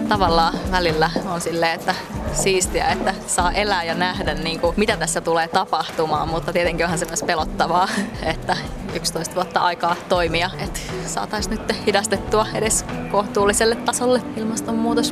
tavallaan välillä on silleen, että siistiä, että saa elää ja nähdä, niin kuin, mitä tässä tulee tapahtumaan, mutta tietenkin onhan se myös pelottavaa, että 11 vuotta aikaa toimia, että saataisiin nyt hidastettua edes kohtuulliselle tasolle ilmastonmuutos.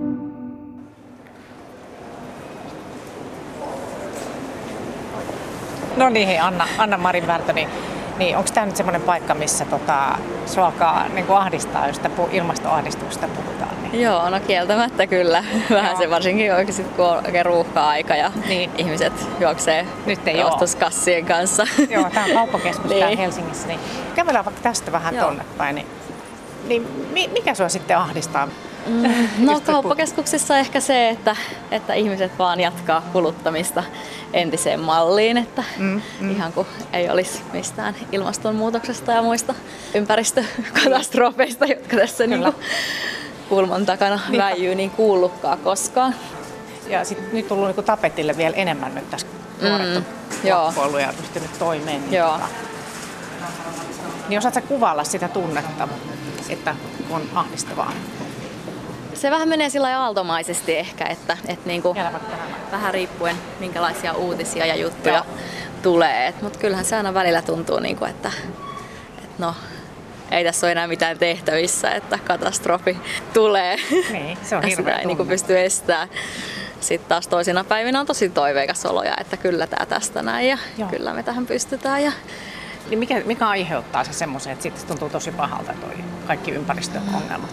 No niin, hei Anna-Marin Värtö, niin onko tämä nyt semmoinen paikka, missä sua alkaa niin kuin ahdistaa, jos ilmastoahdistuksesta puhutaan? Niin? Joo, no kieltämättä kyllä. Vähän se varsinkin oikeasti, kun on oikein ruuhka-aika ja ihmiset juoksee ostoskassien kanssa. Joo, tämä on kauppakeskus täällä Helsingissä. Niin kävelään vaikka tästä vähän tonne päin. Niin mikä sua sitten ahdistaa? No kauppakeskuksissa ehkä se, että ihmiset vaan jatkaa kuluttamista entiseen malliin, että ihan kuin ei olisi mistään ilmastonmuutoksesta ja muista ympäristökatastrofeista, jotka tässä niin kulman takana väijyy, niin kuullutkaan koskaan. Ja sitten nyt tullut niin tapetille vielä enemmän nyt tässä nuoret on ja pystynyt toimeen. Niin osaatko kuvailla sitä tunnetta, että on ahdistavaa? Se vähän menee sillä aaltomaisesti ehkä, että niinku, vähän riippuen minkälaisia uutisia ja juttuja tulee. Mutta kyllähän se aina välillä tuntuu, niinku, että no, ei tässä ole enää mitään tehtävissä, että katastrofi tulee. Niin, se on hirveä ei niinku pysty estämään. Sitten taas toisina päivinä on tosi toiveikas oloja, että kyllä tämä tästä näin ja kyllä me tähän pystytään. Niin mikä aiheuttaa se semmoisen, että sitten tuntuu tosi pahalta toi kaikki ympäristöongelmat?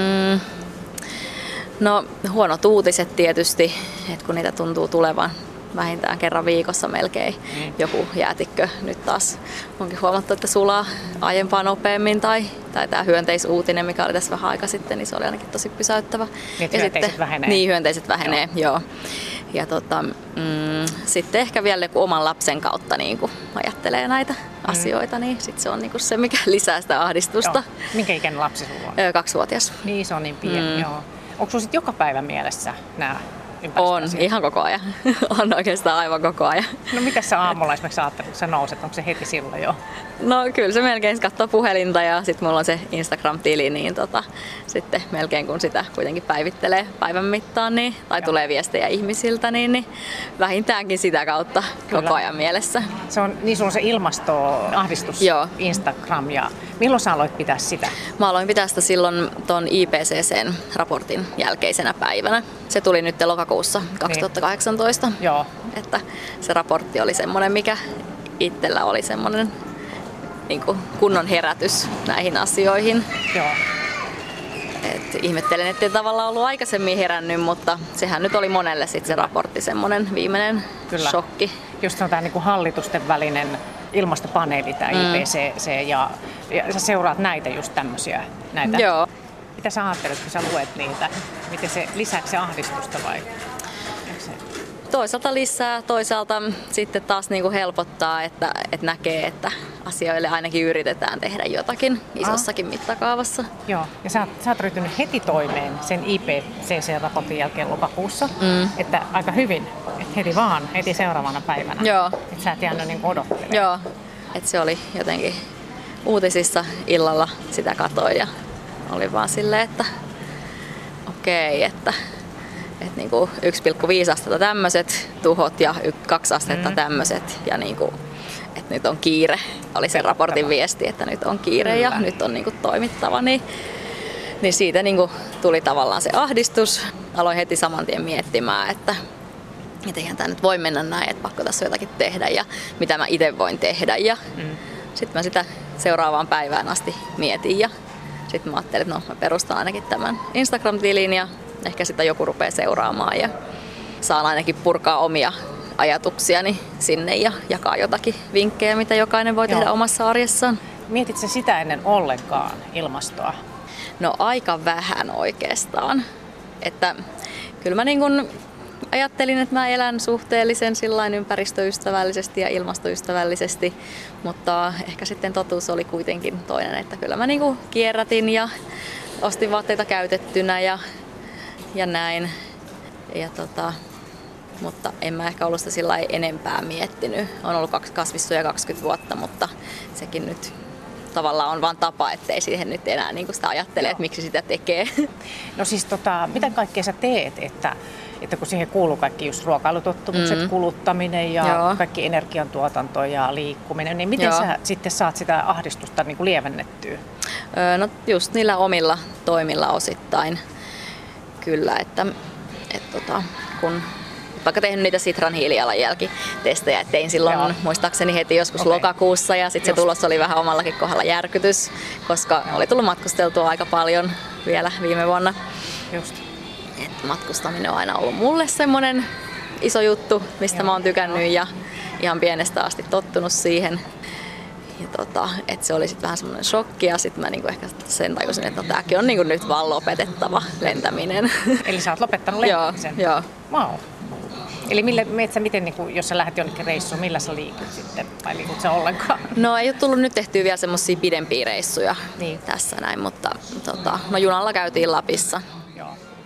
No huonot uutiset tietysti, että kun niitä tuntuu tulevan vähintään kerran viikossa melkein joku jäätikkö. Nyt taas onkin huomattu, että sulaa aiempaa nopeammin tai tämä hyönteisuutinen, mikä oli tässä vähän aika sitten, niin se oli ainakin tosi pysäyttävä. Niin, hyönteiset vähenee. Niin, hyönteiset vähenee, joo. Ja sitten ehkä vielä oman lapsen kautta niin kun ajattelee näitä asioita, niin sitten se on niin se, mikä lisää sitä ahdistusta. Joo. Minkä ikäinen lapsi sulla on? 2-vuotias. Niin, se on niin pieni, joo. Onko sinulla sitten joka päivä mielessä nämä ympäristöasiat? On, ihan koko ajan. On oikeastaan aivan koko ajan. No mitä sä aamulla esimerkiksi ajattelet, kun sä nouset? Onko se heti silloin jo? No kyllä se melkein katsoo puhelinta ja sitten mulla on se Instagram-tili, niin sitten melkein kun sitä kuitenkin päivittelee päivän mittaan tai tulee viestejä ihmisiltä, niin vähintäänkin sitä kautta koko ajan mielessä. Se on, niin sulla on se ilmastoahdistus Instagram ja milloin sä aloit pitää sitä? Mä aloin pitää sitä silloin ton IPCC:n raportin jälkeisenä päivänä. Se tuli nyt lokakuussa 2018. Niin. Joo. Että se raportti oli semmoinen, mikä itsellä oli semmoinen niin kuin kunnon herätys näihin asioihin. Joo. Ihmettelen, ettei tavallaan ollut aikaisemmin herännyt, mutta sehän nyt oli monelle sit se raportti semmoinen viimeinen shokki. Just se on tämä niin kuin hallitusten välinen ilmastopaneeli, tämä IPCC, ja sä seuraat näitä just tämmöisiä. Joo. Mitä sä ajattelet, kun sä luet niitä? Miten se lisääkö se ahdistusta vai? Toisaalta lisää, toisaalta sitten taas niinku helpottaa, että näkee, että asioille ainakin yritetään tehdä jotakin isossakin mittakaavassa. Joo, ja sä oot ryhtynyt heti toimeen sen IPCC-raportin jälkeen lokakuussa, että aika hyvin, että heti seuraavana päivänä. Joo. Että sä et jäänyt niin odottelemaan. Joo, että se oli jotenkin uutisissa illalla sitä katoin ja oli vaan silleen, että okei, että niinku 1,5 astetta tämmöiset tuhot ja 2 astetta tämmöiset ja niinku, että nyt on kiire. Oli se raportin viesti, että nyt on kiire ja nyt on niinku toimittava. Niin siitä niinku tuli tavallaan se ahdistus. Aloin heti saman tien miettimään, että eihän tämä nyt voi mennä näin, että pakko tässä jotakin tehdä ja mitä mä itse voin tehdä. Ja sitten mä sitä seuraavaan päivään asti mietin ja sitten mä ajattelin, että mä perustan ainakin tämän Instagram-tilin ja ehkä sitä joku rupeaa seuraamaan ja saan ainakin purkaa omia ajatuksiani sinne ja jakaa jotakin vinkkejä, mitä jokainen voi tehdä omassa arjessaan. Mietitkö sitä ennen ollenkaan ilmastoa? No aika vähän oikeastaan. Että kyllä mä niin kun ajattelin, että mä elän suhteellisen sillain ympäristöystävällisesti ja ilmastoystävällisesti, mutta ehkä sitten totuus oli kuitenkin toinen, että kyllä mä niin kun kierrätin ja ostin vaatteita käytettynä ja näin. Ja mutta en mä ehkä ollut sitä sillai enempää miettinyt. Olen ollut kasvissuja 20 vuotta, mutta sekin nyt tavallaan on vaan tapa, ettei siihen nyt enää niin kuin sitä ajattele, että miksi sitä tekee. No siis mitä kaikkea sä teet, että kun siihen kuuluu kaikki just ruokailutottumukset, kuluttaminen ja kaikki energiantuotanto ja liikkuminen, niin miten sä sitten saat sitä ahdistusta niin kuin lievennettyä? No just niillä omilla toimilla osittain kyllä, että kun vaikka tehnyt niitä Sitran hiilijalanjälkitestejä, tein silloin muistaakseni heti joskus lokakuussa ja sitten se tulos oli vähän omallakin kohdalla järkytys, koska oli tullut matkusteltua aika paljon vielä viime vuonna. Just. Et matkustaminen on aina ollut mulle semmoinen iso juttu, mistä mä oon tykännyt ja ihan pienestä asti tottunut siihen. Ja että se oli sitten vähän semmoinen shokki ja sitten mä niinku ehkä sen tajusin, että tääkin on niinku nyt vaan lopetettava lentäminen. Eli sä oot lopettanut lentämisen? Joo. Wow. Eli miten, niin kuin, jos sä lähdet jonnekin reissuun, millä sä liikut sitten? Vai liikut sä ollenkaan? No ei ole tullut nyt tehtyä vielä semmosia pidempiä reissuja tässä näin, mutta no junalla käytiin Lapissa. Joo.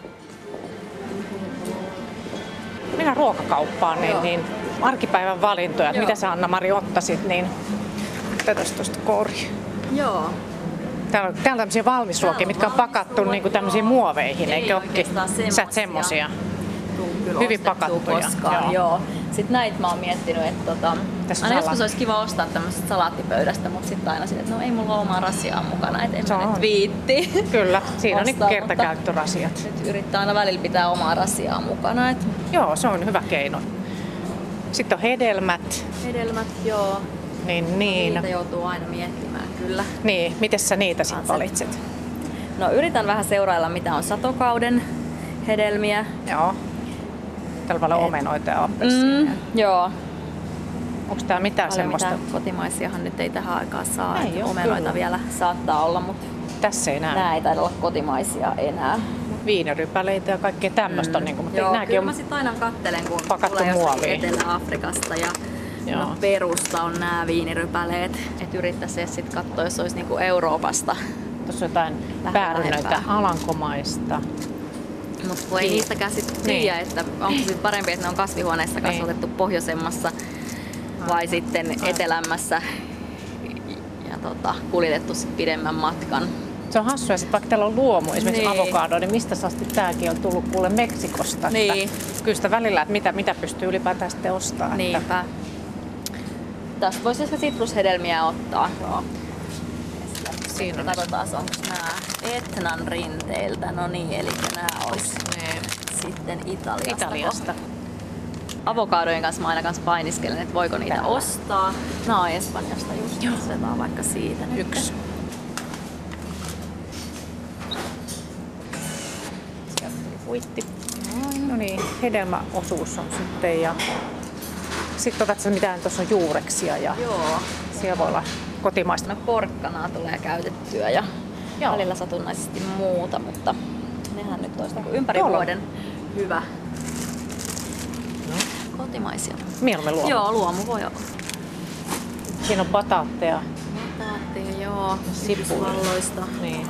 Mennään ruokakauppaan, niin arkipäivän valintoja. Mitä sä Anna-Mari ottaisit, niin otetaan tuosta kori. Joo. Täällä on tämmöisiä valmisruokia, mitkä on pakattu niin kuin tämmöisiin muoveihin, eikö olekin? Sä et semmosia. Hyvin pakattuja. Joo. Sitten näitä mä oon miettinyt, että aina joskus olisi kiva ostaa tämmöisestä salaattipöydästä, mutta sitten aina silleen, että no ei mulla ole omaa rasiaa mukana, että en mä nyt viitti. Kyllä, siinä on niin kertakäyttörasiat. Nyt yrittää aina välillä pitää omaa rasiaa mukana. Joo, se on hyvä keino. Sitten on hedelmät. Hedelmät, joo. Niin. Niitä joutuu aina miettimään, kyllä. Niin, miten sä niitä sitten valitset? No yritän vähän seurailla, mitä on satokauden hedelmiä. Joo. Täällä on paljon omenoita ja appelsiineja. Joo. Onko tää mitään semmoista? Mitään kotimaisiahan nyt ei tähän aikaan saa. Ei omenoita kyllä. Vielä saattaa olla, mutta tässä ei näy. Nää ei taida olla kotimaisia enää. Viinirypäleitä ja kaikkea tämmöistä. Mutta joo, kyllä mä sit aina kattelen, kun tulee jostain Etelä-Afrikasta ja Perusta on nämä viinirypäleet. Että yrittäisiin sitten katsoa, jos olisi niinku Euroopasta. Tuossa on jotain päärynöitä Alankomaista. Mutta kun ei niistäkään sitten tiedä, että onko se parempi, että ne on kasvihuoneessa kasvatettu pohjoisemmassa vai sitten etelämmässä ja kuljetettu sit pidemmän matkan. Se on hassua, että vaikka täällä on luomu, esimerkiksi avokado, niin mistä asti tämäkin on tullut kuule Meksikosta? Niin. Kyllä sitä välillä, että mitä pystyy ylipäätään sitten ostamaan. Niinpä. Tästä voisi esimerkiksi sitrushedelmiä ottaa. Joo. Siinä on. Katsotaan, onko nämä Etnan rinteiltä. No niin, eli nämä olisi sitten Italiasta. Avokadojen kanssa mä aina kanssa painiskelen, että voiko niitä ostaa. Nämä on Espanjasta just. Otetaan vaikka siitä. Yksi. Uitti. No niin, hedelmäosuus on sitten ja sitten otat sä mitään, tuossa on juureksia ja siellä voi olla kotimaista. No porkkanaa tulee käytettyä ja välillä satunnaisesti muuta, mutta nehän nyt olisi ympäri vuoden hyvä. Kotimaisia. Mieluummin luomu. Joo, luomu voi olla. Siinä on bataatteja. Joo. Yhdysvalloista. Niin.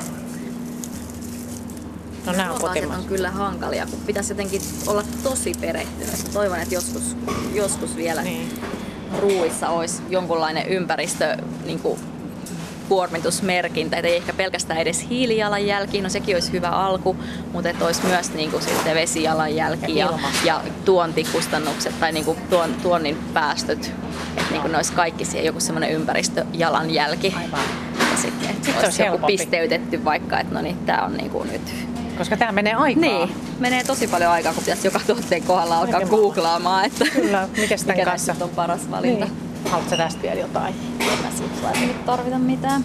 No nämä on kotimaisia. On kyllä hankalia, kun pitäisi jotenkin olla tosi perehtynyt. Toivon, että joskus vielä ruuissa olisi jonkunlainen ympäristö niin kuin kuormitusmerkintä, ei ehkä pelkästään edes hiilijalanjälki, no sekin olisi hyvä alku, mutta että olisi myös niin kuin sitten vesijalanjälki ja tuontikustannukset tai niin kuin tuonnin päästöt, että niin kuin ne olisi kaikki siihen joku semmoinen ympäristöjalanjälki. Aivan. Ja sitten olisi joku pisteytetty vaikka, että no niin, tämä on niin kuin nyt. Koska tämä menee aikaa. Niin, menee tosi paljon aikaa, kun pitäisi joka tuotteen kohdalla alkaa googlaamaan, että kyllä, mikä kanssa on paras valinta. Niin. Haluatko sä tästä vielä jotain? En mä siitä nyt tarvita mitään.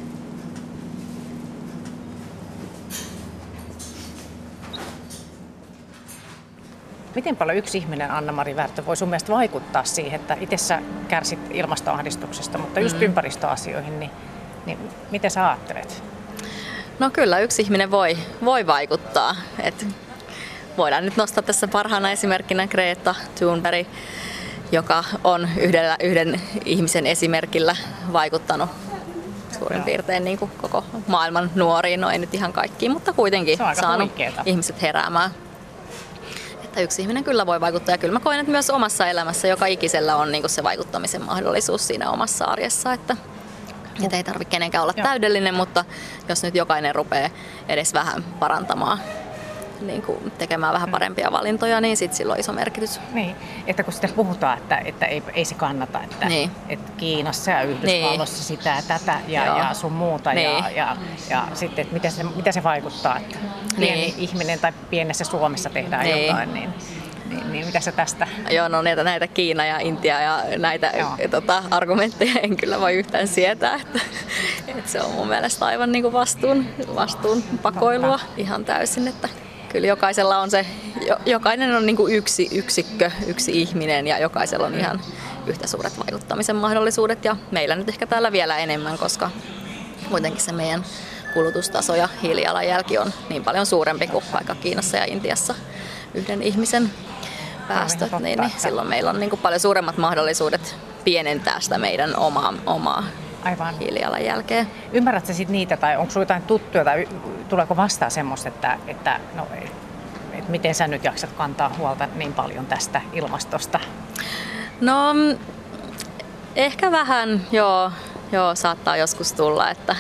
Miten paljon yksi ihminen, Anna-Mari Värtö, voi sun mielestä vaikuttaa siihen, että itse sä kärsit ilmastoahdistuksesta, mutta just ympäristöasioihin, niin miten sä ajattelet? No kyllä yksi ihminen voi vaikuttaa. Et voidaan nyt nostaa tässä parhaana esimerkkinä Greta Thunberg, joka on yhden ihmisen esimerkillä vaikuttanut suurin piirtein niin kuin koko maailman nuoriin. No ei nyt ihan kaikkiin, mutta kuitenkin saanut ihmiset heräämään. Että yksi ihminen kyllä voi vaikuttaa ja kyllä mä koen, että myös omassa elämässä joka ikisellä on niin kuin se vaikuttamisen mahdollisuus siinä omassa arjessa. Että Että ei tarvitse kenenkään olla täydellinen, mutta jos nyt jokainen rupeaa edes vähän parantamaan, niin kuin tekemään vähän parempia valintoja, niin sit sillä on iso merkitys. Niin, että kun sitten puhutaan, että ei se kannata, että Kiinassa ja Yhdysvalloissa sitä ja tätä ja sun muuta ja sitten, että mitä se vaikuttaa, että pieni ihminen tai pienessä Suomessa tehdään jotain, niin mitä se tästä? Joo, no näitä Kiina ja Intia ja näitä argumentteja en kyllä voi yhtään sietää, että se on mun mielestä aivan niin kuin vastuun pakoilua ihan täysin, että kyllä jokainen on niin kuin yksi yksikkö, yksi ihminen ja jokaisella on ihan yhtä suuret vaikuttamisen mahdollisuudet ja meillä nyt ehkä täällä vielä enemmän, koska kuitenkin se meidän kulutustaso ja hiilijalanjälki on niin paljon suurempi kuin vaikka Kiinassa ja Intiassa yhden ihmisen päästöt, niin silloin meillä on niin kuin paljon suuremmat mahdollisuudet pienentää sitä meidän omaa hiilijalanjälkeä. Ymmärrätkö sitten niitä tai onko sinulla jotain tuttuja tai tuleeko vastaan semmoista, että miten sä nyt jaksat kantaa huolta niin paljon tästä ilmastosta? No ehkä vähän, joo saattaa joskus tulla, että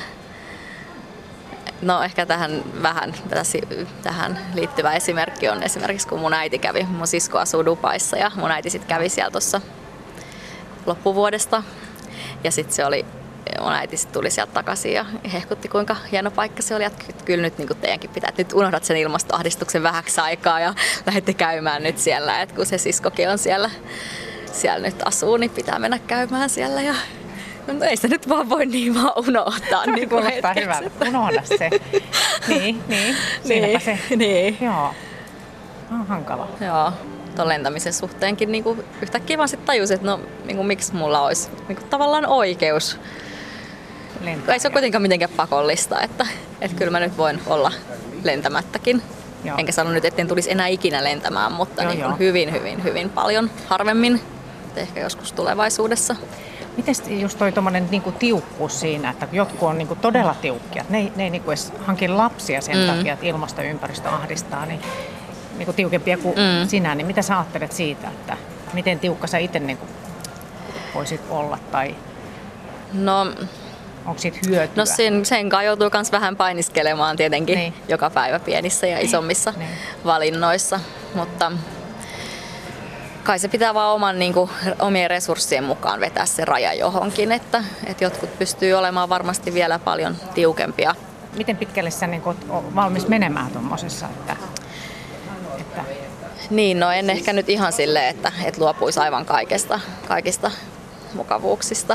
no ehkä tähän liittyvä esimerkki on esimerkiksi kun mun sisko asuu Dubaissa ja mun äiti sitten kävi siellä tuossa loppuvuodesta ja sitten mun äiti tuli sieltä takaisin ja hehkutti kuinka hieno paikka se oli, että kyllä nyt niin teidänkin pitää, että nyt unohdat sen ilmastoahdistuksen vähäksi aikaa ja lähdette käymään nyt siellä, että kun se siskokin on siellä nyt asuu, niin pitää mennä käymään siellä ja no ei se nyt voi niin vaan unohtaa. Niin kuulostaa hyvältä. Unohda se. Niin. Siinäpä se. Niin. Joo. On hankala. Joo. Tuon lentämisen suhteenkin niin kuin yhtäkkiä vaan sitten tajusin, että no niin kuin, miksi mulla olisi niin kuin, tavallaan oikeus. Lentää, ei se ole kuitenkaan mitenkään pakollista, että kyllä mä nyt voin olla lentämättäkin. Joo. Enkä sano nyt, etten tulisi enää ikinä lentämään, mutta niin kuin hyvin paljon harvemmin. Ehkä joskus tulevaisuudessa. Miten just toi tommonen niinku tiukkuus siinä, että jotkut on niinku todella tiukkia, ne ei niinku edes hanki lapsia sen takia, että ilmasto ja ympäristö ahdistaa, niin niinku tiukempia kuin sinä, niin mitä sä ajattelet siitä, että miten tiukka sä itse niinku voisit olla tai no, onko siitä hyötyä? No sen kai joutuu myös vähän painiskelemaan tietenkin joka päivä pienissä ja isommissa valinnoissa, mutta kai se pitää vaan omien resurssien mukaan vetää se raja johonkin, että jotkut pystyy olemaan varmasti vielä paljon tiukempia. Miten pitkälle sä oot valmis menemään tuommoisessa? Niin, no en ehkä nyt ihan silleen, että luopuisi aivan kaikista mukavuuksista.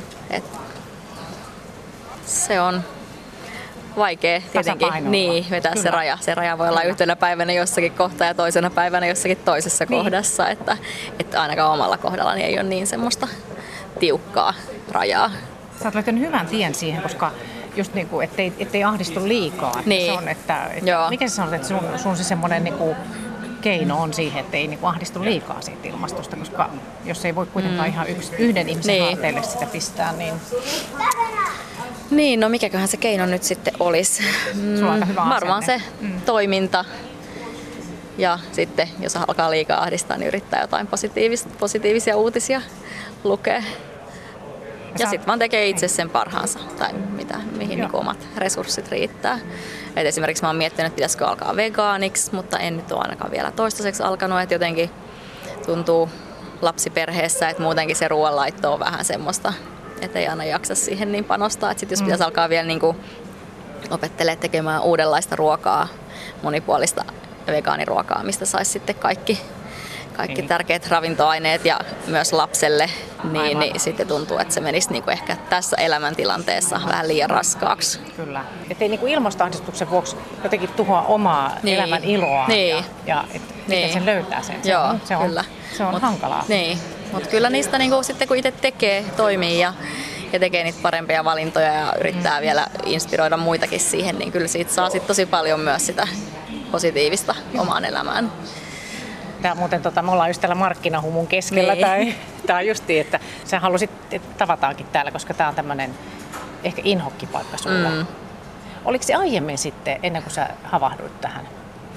Se on vaikea tietenkin vetää se raja. Se raja voi olla yhtenä päivänä jossakin kohtaa ja toisena päivänä jossakin toisessa kohdassa. Että ainakaan omalla kohdallani ei ole niin semmoista tiukkaa rajaa. Sä oot löytänyt hyvän tien siihen, koska just niinku, ettei ahdistu liikaa. Niin. Se on, miten sä sanot, että sun se semmoinen niinku keino on siihen, että ei niinku ahdistu liikaa siitä ilmastosta, koska jos ei voi kuitenkaan ihan yhden ihmisen harteille sitä pistää, niin... Niin, no mikäköhän se keino nyt sitten olisi? Varmaan se toiminta. Ja sitten, jos alkaa liikaa ahdistaa, niin yrittää jotain positiivisia uutisia lukea. Ja sitten vaan tekee itse sen parhaansa, tai mihin niin omat resurssit riittää. Et esimerkiksi mä oon miettinyt, että pitäisikö alkaa vegaaniksi, mutta en nyt ole ainakaan vielä toistaiseksi alkanut. Että jotenkin tuntuu lapsiperheessä, että muutenkin se ruoanlaitto on vähän semmoista, että ei aina jaksa siihen niin panostaa. Että sit jos pitäisi alkaa vielä niin opettelemaan tekemään uudenlaista ruokaa, monipuolista vegaaniruokaa, mistä saisi sitten kaikki tärkeät ravintoaineet ja myös lapselle, niin sitten tuntuu, että se menisi niinku ehkä tässä elämäntilanteessa vähän liian raskaaksi. Kyllä. Että ei niinku ilmastoahdistuksen vuoksi jotenkin tuhoa omaa elämän iloa ja miten sen löytää sen. Se on hankalaa. Niin, mutta kyllä niistä niinku, sitten kun itse toimii ja tekee niitä parempia valintoja ja yrittää vielä inspiroida muitakin siihen, niin kyllä siitä saa sit tosi paljon myös sitä positiivista omaan elämään. Tämä muuten, me ollaan just täällä markkinahumun keskellä. Tämä on justiin, että sä halusit, että tavataankin täällä, koska tämä on tämmöinen ehkä inhokkipaikka sulla. Oliko se aiemmin sitten, ennen kuin sä havahduit tähän?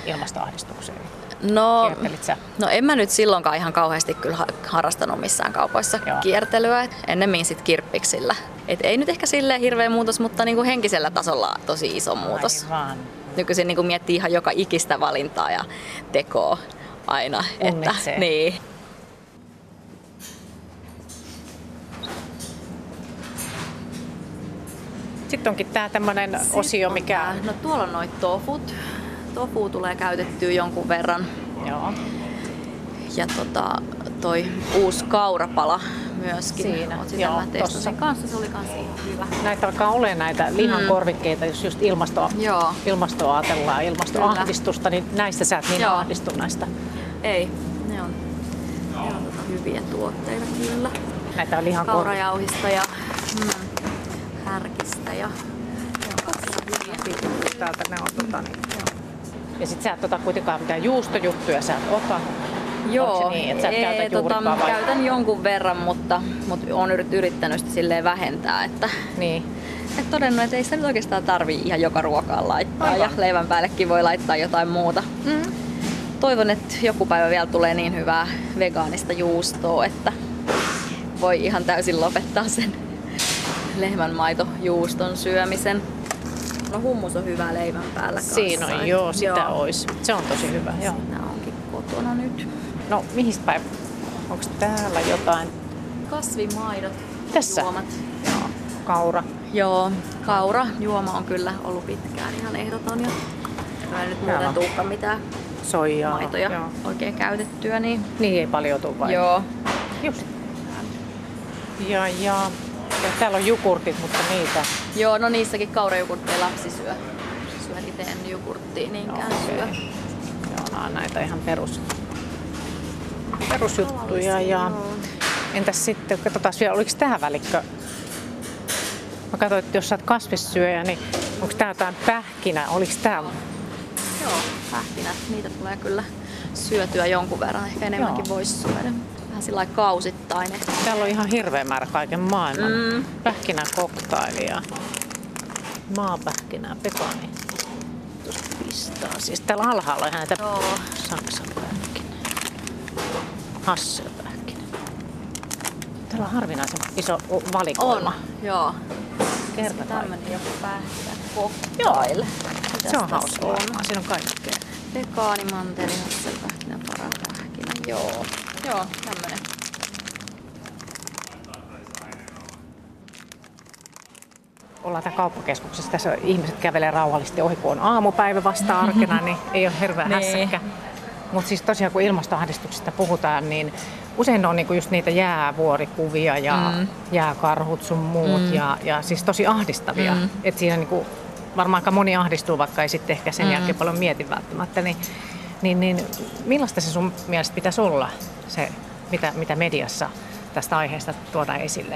ilmastoahdistukseen? No en mä nyt silloinkaan ihan kauheasti kyllä harrastanut missään kaupoissa kiertelyä. Ennemmin sit kirppiksillä. Et ei nyt ehkä silleen hirveä muutos, mutta niinku henkisellä tasolla tosi iso muutos. Aivan. Nykyisin niinku miettii ihan joka ikistä valintaa ja tekoa aina. Punnitsee. Niin. Sitten onkin tää tämmönen osio, mikä... No tuolla on noit tofut. Tofu tulee käytettyä jonkun verran. Joo. Ja toi uusi kaurapala myöskin. Siinä. Sitä mä testasin kanssa, se oli kans ihan hyvä. Näitä alkaa olemaan näitä lihankorvikkeita, jos just ilmastoa ajatellaan, ilmastoahdistusta, niin näistä sä et niin ahdistu näistä. Ei, ne on hyviä tuotteita kyllä. Näitä on kaurajauhista ja härkistä ja täältä ne on Ja sit sä et ota kuitenkaan mitään juustojuttuja, sä et ota. Joo, niin, että sä et käytä juurikaan vai? Käytän jonkun verran, mutta oon yrittänyt sitä silleen vähentää. Että todennut, että ei sitä nyt oikeastaan tarvii ihan joka ruokaan laittaa. Aivan. Ja leivän päällekin voi laittaa jotain muuta. Toivon, että joku päivä vielä tulee niin hyvää vegaanista juustoa, että voi ihan täysin lopettaa sen lehmänmaitojuuston syömisen. No hummus on hyvä leivän päällä kanssa. Siinä on, sitä ois. Se on tosi hyvä, joo. Sitä onkin kotona nyt. No, mihin päin? Onko täällä jotain? Kasvimaidot, tässä? Juomat. Joo. Kaura. Joo, kaura juoma on kyllä ollut pitkään ihan ehdoton. Ja ei nyt muuten tulekaan mitään soijaa, maitoja oikein käytettyä. Niin ei paljon tule vai? Joo. Just. Ja täällä on jogurtit, mutta niitä... Joo, no niissäkin kaurajogurtteja lapsi syö. Syön itse en jogurttia niinkään syö. Joo, näitä ihan perusjuttuja. Ja entäs sitten, katsotaan vielä, oliko tää välikkö? Mä katsoin, että jos sä oot kasvissyöjä, niin onko tää jotain pähkinä? Oliko tää? Joo, pähkinät. Niitä tulee kyllä syötyä jonkun verran. Ehkä enemmänkin voisi syödä. Vähän sillä lailla kausittain. Täällä on ihan hirveä määrä kaiken maailman. Pähkinäkoktailia, maapähkinää, pekoni. Tuosta pistää. Siis täällä alhaalla on ihan näitä saksan pähkinää, hasselpähkinää. Täällä on harvinaisen iso valikoima. On, joo. Kerta tämmönen joku pähkinäcocktail. Se on hauska. Siinä on kaikkea. Pekaani, manteli, hasselpähkinä, parapähkinä. Joo, tämmönen. Ollaan täällä kauppakeskuksessa. Tässä ihmiset kävelee rauhallisesti ohi, kun on aamupäivä vasta arkena, niin ei ole hirveä hässäkkä. Mutta siis tosiaan kun ilmastoahdistuksesta puhutaan, niin usein ne on niinku just niitä jäävuorikuvia ja jääkarhut sun muut ja siis tosi ahdistavia. Et siinä niinku varmaan aika moni ahdistuu, vaikka ei sitten ehkä sen jälkeen paljon mieti välttämättä. Niin millaista se sun mielestä pitäisi olla, se mitä mediassa tästä aiheesta tuodaan esille?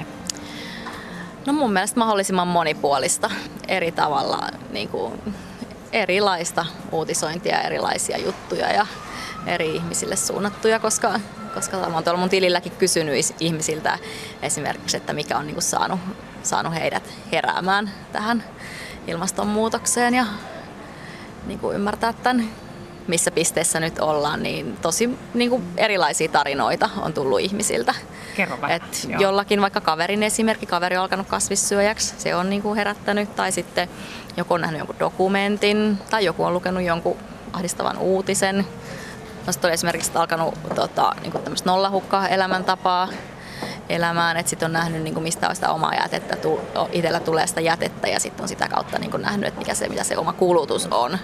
No mun mielestä mahdollisimman monipuolista, eri tavalla, niin kuin erilaista uutisointia, erilaisia juttuja ja eri ihmisille suunnattuja, koska olen tuolla mun tililläkin kysynyt ihmisiltä esimerkiksi, että mikä on niin kuin saanut heidät heräämään tähän ilmastonmuutokseen ja niin kuin ymmärtää tämän, missä pisteessä nyt ollaan, niin tosi niin kuin erilaisia tarinoita on tullut ihmisiltä. Jollakin vaikka kaverin esimerkki, kaveri on alkanut kasvissyöjäksi, se on niin kuin herättänyt, tai sitten joku on nähnyt jonkun dokumentin, tai joku on lukenut jonkun ahdistavan uutisen. No sitten on esimerkiksi alkanut niin kuin tämmöistä nollahukkaa elämäntapaa elämään, että sitten on nähnyt, niin kuin mistä on sitä omaa jätettä, itsellä tulee sitä jätettä, ja sitten on sitä kautta niin kuin nähnyt, että mitä se oma kulutus on.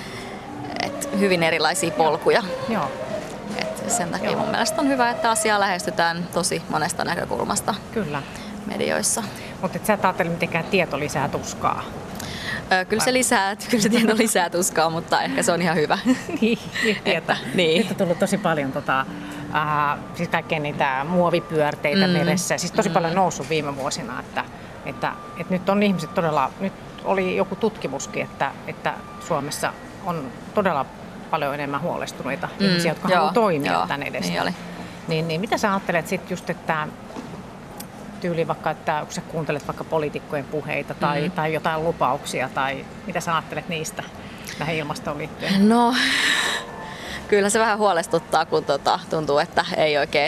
Et hyvin erilaisia polkuja. Joo. Et sen takia mun mielestä on hyvä, että asiaa lähestytään tosi monesta näkökulmasta. Kyllä. Medioissa. Mutta et sä et ajattele mitenkään tieto lisää tuskaa? Kyllä se tieto lisää tuskaa, mutta ehkä se on ihan hyvä. Niin. Nyt on tullut tosi paljon siis kaikkea niitä muovipyörteitä meressä. Siis tosi paljon noussut viime vuosina, että nyt on ihmiset todella, nyt oli joku tutkimuskin, että Suomessa on todella paljon enemmän huolestuneita ihmisiä, jotka haluaa toimia tämän edestä. Niin mitä sä ajattelet sitten just, että tyyli vaikka, että kun sä kuuntelet vaikka poliitikkojen puheita tai jotain lupauksia, tai mitä sä ajattelet niistä? tähän ilmastoon liittyen? No, kyllä se vähän huolestuttaa, kun tuntuu, että ei oikein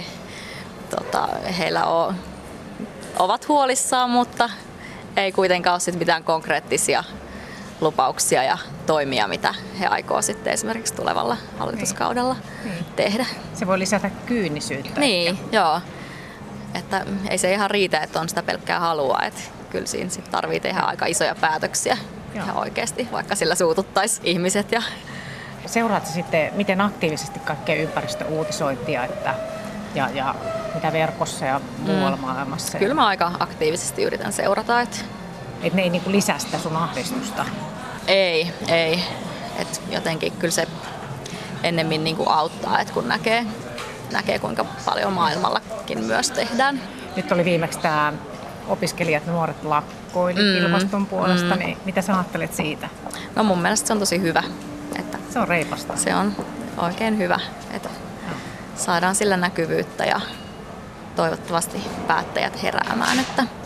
heillä ovat huolissaan, mutta ei kuitenkaan ole sit mitään konkreettisia lupauksia ja toimia, mitä he aikoo sitten esimerkiksi tulevalla hallituskaudella tehdä. Se voi lisätä kyynisyyttä. Niin, joo. Että ei se ihan riitä, että on sitä pelkkää halua. Että kyllä siinä sit tarvii tehdä aika isoja päätöksiä ihan oikeasti, vaikka sillä suututtaisi ihmiset. Seuraatko sitten, miten aktiivisesti kaikkea ympäristöuutisointia ja mitä verkossa ja muualla maailmassa? Kyllä mä aika aktiivisesti yritän seurata. Että ne ei niinku lisää sitä sun ahdistusta? Ei. Et jotenkin kyllä se ennemmin niinku auttaa, että kun näkee kuinka paljon maailmallakin myös tehdään. Nyt oli viimeksi tämä opiskelijat, nuoret lakkoilit ilmaston puolesta, niin mitä sä ajattelet siitä? No mun mielestä se on tosi hyvä. Että se on reipasta. Se on oikein hyvä, että saadaan sillä näkyvyyttä ja toivottavasti päättäjät heräämään.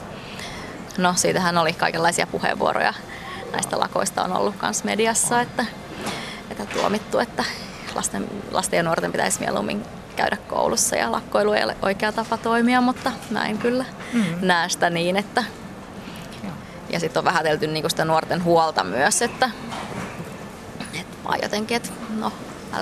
No siitähän oli kaikenlaisia puheenvuoroja. Näistä lakoista on ollut myös mediassa, että tuomittu, että lasten ja nuorten pitäisi mieluummin käydä koulussa ja lakkoilu ei ole oikea tapa toimia, mutta mä en kyllä näe sitä niin, että ja sitten on vähätelty niinku sitä nuorten huolta myös, että vaan jotenkin, että no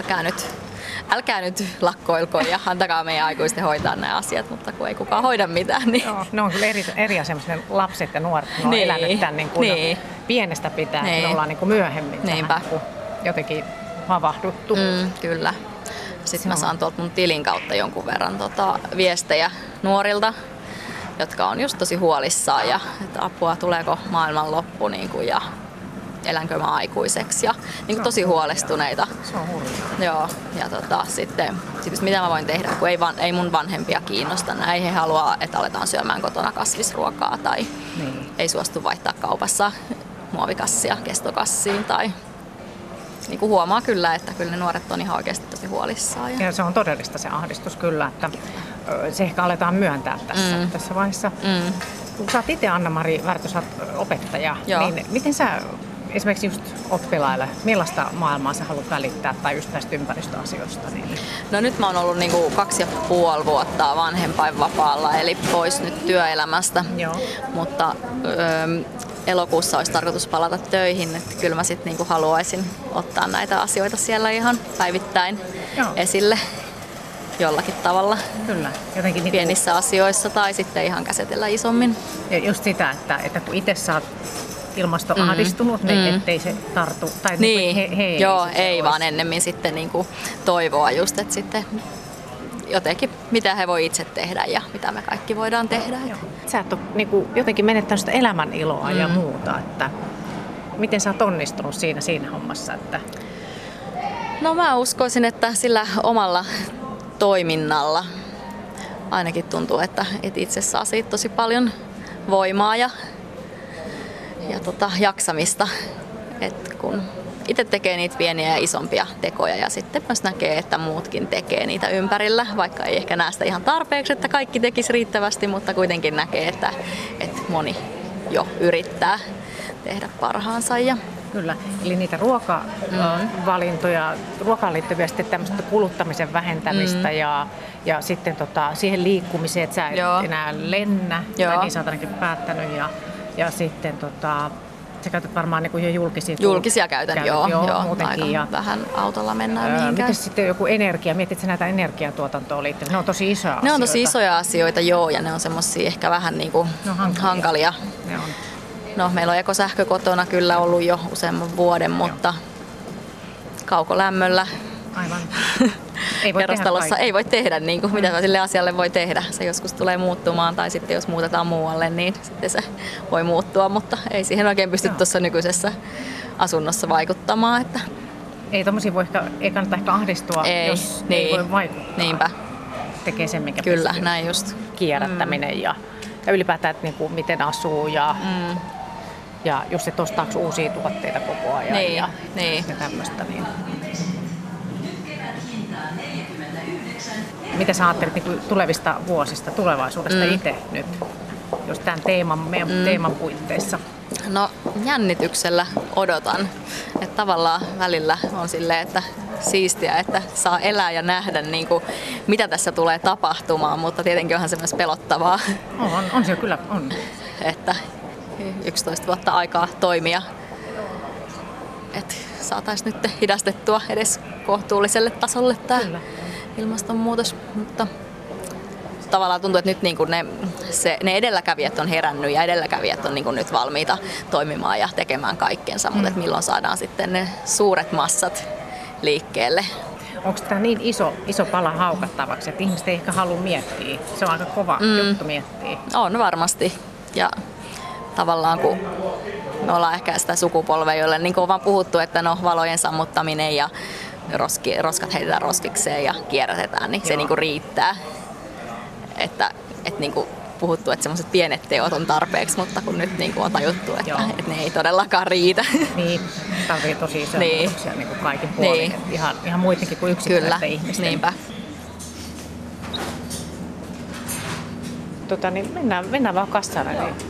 älkää nyt lakkoilko ja antakaa meidän aikuisten hoitaa nämä asiat, mutta kun ei kukaan hoida mitään. Niin. Joo, ne on kyllä eri asia, lapset ja nuoret, ne on elänyt tämän niin pienestä pitää, me ollaan niin kuin myöhemmin tähän jotenkin havahduttu. Kyllä. Sitten mä saan tuolta mun tilin kautta jonkun verran viestejä nuorilta, jotka on just tosi huolissaan ja että apua, tuleeko maailmanloppu ja elänkö mä aikuiseksi ja tosi huolestuneita. Se on hurjaa. Joo, ja sitten mitä mä voin tehdä, kun ei mun vanhempia kiinnosta. Ei he halua, että aletaan syömään kotona kasvisruokaa tai ei suostu vaihtaa kaupassa muovikassia kestokassiin tai niin kuin huomaa kyllä, että kyllä ne nuoret on ihan oikeasti tosi huolissaan. Ja se on todellista se ahdistus kyllä, että se ehkä aletaan myöntää tässä vaiheessa. Kun sä oot itse, Anna-Mari Värtö, sä oot opettaja, niin miten sä esimerkiksi just oppilaille, millaista maailmaa sä haluat välittää tai just näistä ympäristöasioista? Niin? No nyt mä oon ollut 2,5 vuotta vanhempainvapaalla, eli pois nyt työelämästä, mutta elokuussa olisi tarkoitus palata töihin, että kyllä mä sitten haluaisin ottaa näitä asioita siellä ihan päivittäin esille jollakin tavalla. Kyllä. Jotenkin pienissä asioissa tai sitten ihan käsitellä isommin. Ja just sitä, että kun itse sä oot ilmastoahdistunut, niin ettei se tartu. Tai ei vaan ennemmin sitten toivoa just, että sitten jotenkin mitä he voi itse tehdä ja mitä me kaikki voidaan tehdä. Sä et ole jotenkin menettänyt sitä elämän iloa ja muuta, että miten sä oot onnistunut siinä hommassa? Että... No mä uskoisin, että sillä omalla toiminnalla ainakin tuntuu, että itse saa siitä tosi paljon voimaa ja jaksamista, että kun itse tekee niitä pieniä ja isompia tekoja ja sitten myös näkee, että muutkin tekee niitä ympärillä, vaikka ei ehkä näe sitä ihan tarpeeksi, että kaikki tekisi riittävästi, mutta kuitenkin näkee, että moni jo yrittää tehdä parhaansa. Kyllä, eli niitä ruokavalintoja, ruokaan liittyviä sitten tämmöistä kuluttamisen vähentämistä ja sitten siihen liikkumiseen, että sä et enää lennä, niin sä oot ainakin päättänyt ja sitten sä käytät varmaan jo julkisia käytän, joo muutenkin. Aika vähän autolla mennään mihinkään. Miten sitten joku energia, mietitkö näitä energiatuotantoon liittyviä? Ne on tosi isoja asioita. Ne on tosi isoja asioita, ja ne on semmosia ehkä vähän hankalia. Ne on. No, meillä on ekosähkö kotona kyllä ollut jo useamman vuoden, mutta kaukolämmöllä kerrostalossa ei voi tehdä mitä sille asialle voi tehdä. Se joskus tulee muuttumaan tai sitten jos muutetaan muualle, niin sitten se voi muuttua, mutta ei siihen oikein pysty tuossa nykyisessä asunnossa vaikuttamaan. Että... Ei kannata ehkä ahdistua, jos ei voi vaikuttaa. Niinpä. Tekee sen, mikä kyllä, pystyy. näin just. Kierrättäminen ja ylipäätään, että miten asuu ja just, että ostaako uusia tuotteita koko ajan ja tämmöistä. Niin. Mitä sä ajattelet tulevista vuosista, tulevaisuudesta itse nyt, jos tämän meidän teeman puitteissa? No jännityksellä odotan. Että tavallaan välillä on silleen, että siistiä, että saa elää ja nähdä niin kuin, mitä tässä tulee tapahtumaan, mutta tietenkin onhan se myös pelottavaa. On se kyllä, on. Että 11 vuotta aikaa toimia. Että saataisiin nyt hidastettua edes kohtuulliselle tasolle tämä ilmastonmuutos, mutta tavallaan tuntuu, että nyt niin kuin ne edelläkävijät on herännyt ja edelläkävijät on niin kuin nyt valmiita toimimaan ja tekemään kaikkensa, mutta että milloin saadaan sitten ne suuret massat liikkeelle. Onko tämä niin iso pala haukattavaksi, että ihmiset ei ehkä halua miettiä? Se on aika kova juttu miettiä. On varmasti. Ja tavallaan kun me ollaan ehkä sitä sukupolvea, joille niin on vaan puhuttu, että no valojen sammuttaminen ja roskat heitetään roskikseen ja kierrätetään, niin se niin kuin riittää. Että niin kuin puhuttu, että semmoiset pienet teot on tarpeeksi, mutta kun nyt niin kuin on tajuttu, että ne ei todellakaan riitä. Niin, tarvii tosi isoja muutoksia niin kuin kaikin puolin. Niin. Ihan muidenkin kuin yksittäisten ihmisten. Niinpä. Niin mennään vaan kassaan.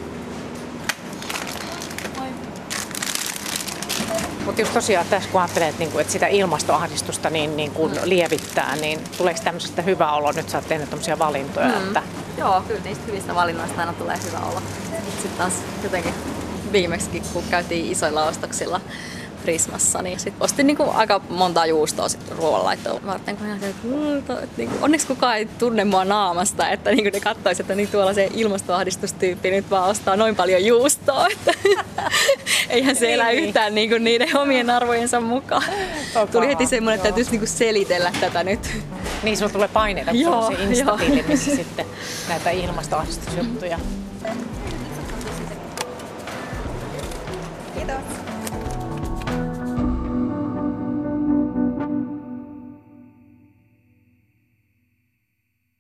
Mutta just tosiaan tässä kun ajattelee, että sitä ilmastoahdistusta niin kun lievittää, niin tuleeko tämmöisestä hyvä olo? Nyt sä oot tehnyt tämmöisiä valintoja. Että... Joo, kyllä niistä hyvistä valinnoista aina tulee hyvä olo. Sitten taas jotenkin viimeksi, kun käytiin isoilla ostoksilla Prismassa, niin sit ostin niinku aika monta juustoa ruoanlaittoa varten, kun niinku, onneksi kukaan ei tunne mua naamasta, että niinku ne kattois, että niin tuolla se ilmastoahdistustyyppi nyt vaan ostaa noin paljon juustoa, että eihän se elä yhtään niinku niiden omien arvojensa mukaan. Tuli heti semmoinen, että täytyisi niinku selitellä tätä nyt. Niin, sulla tulee paineita, kun on se Insta-tili, missä sitten näitä ilmastoahdistusjuttuja. Kiitos.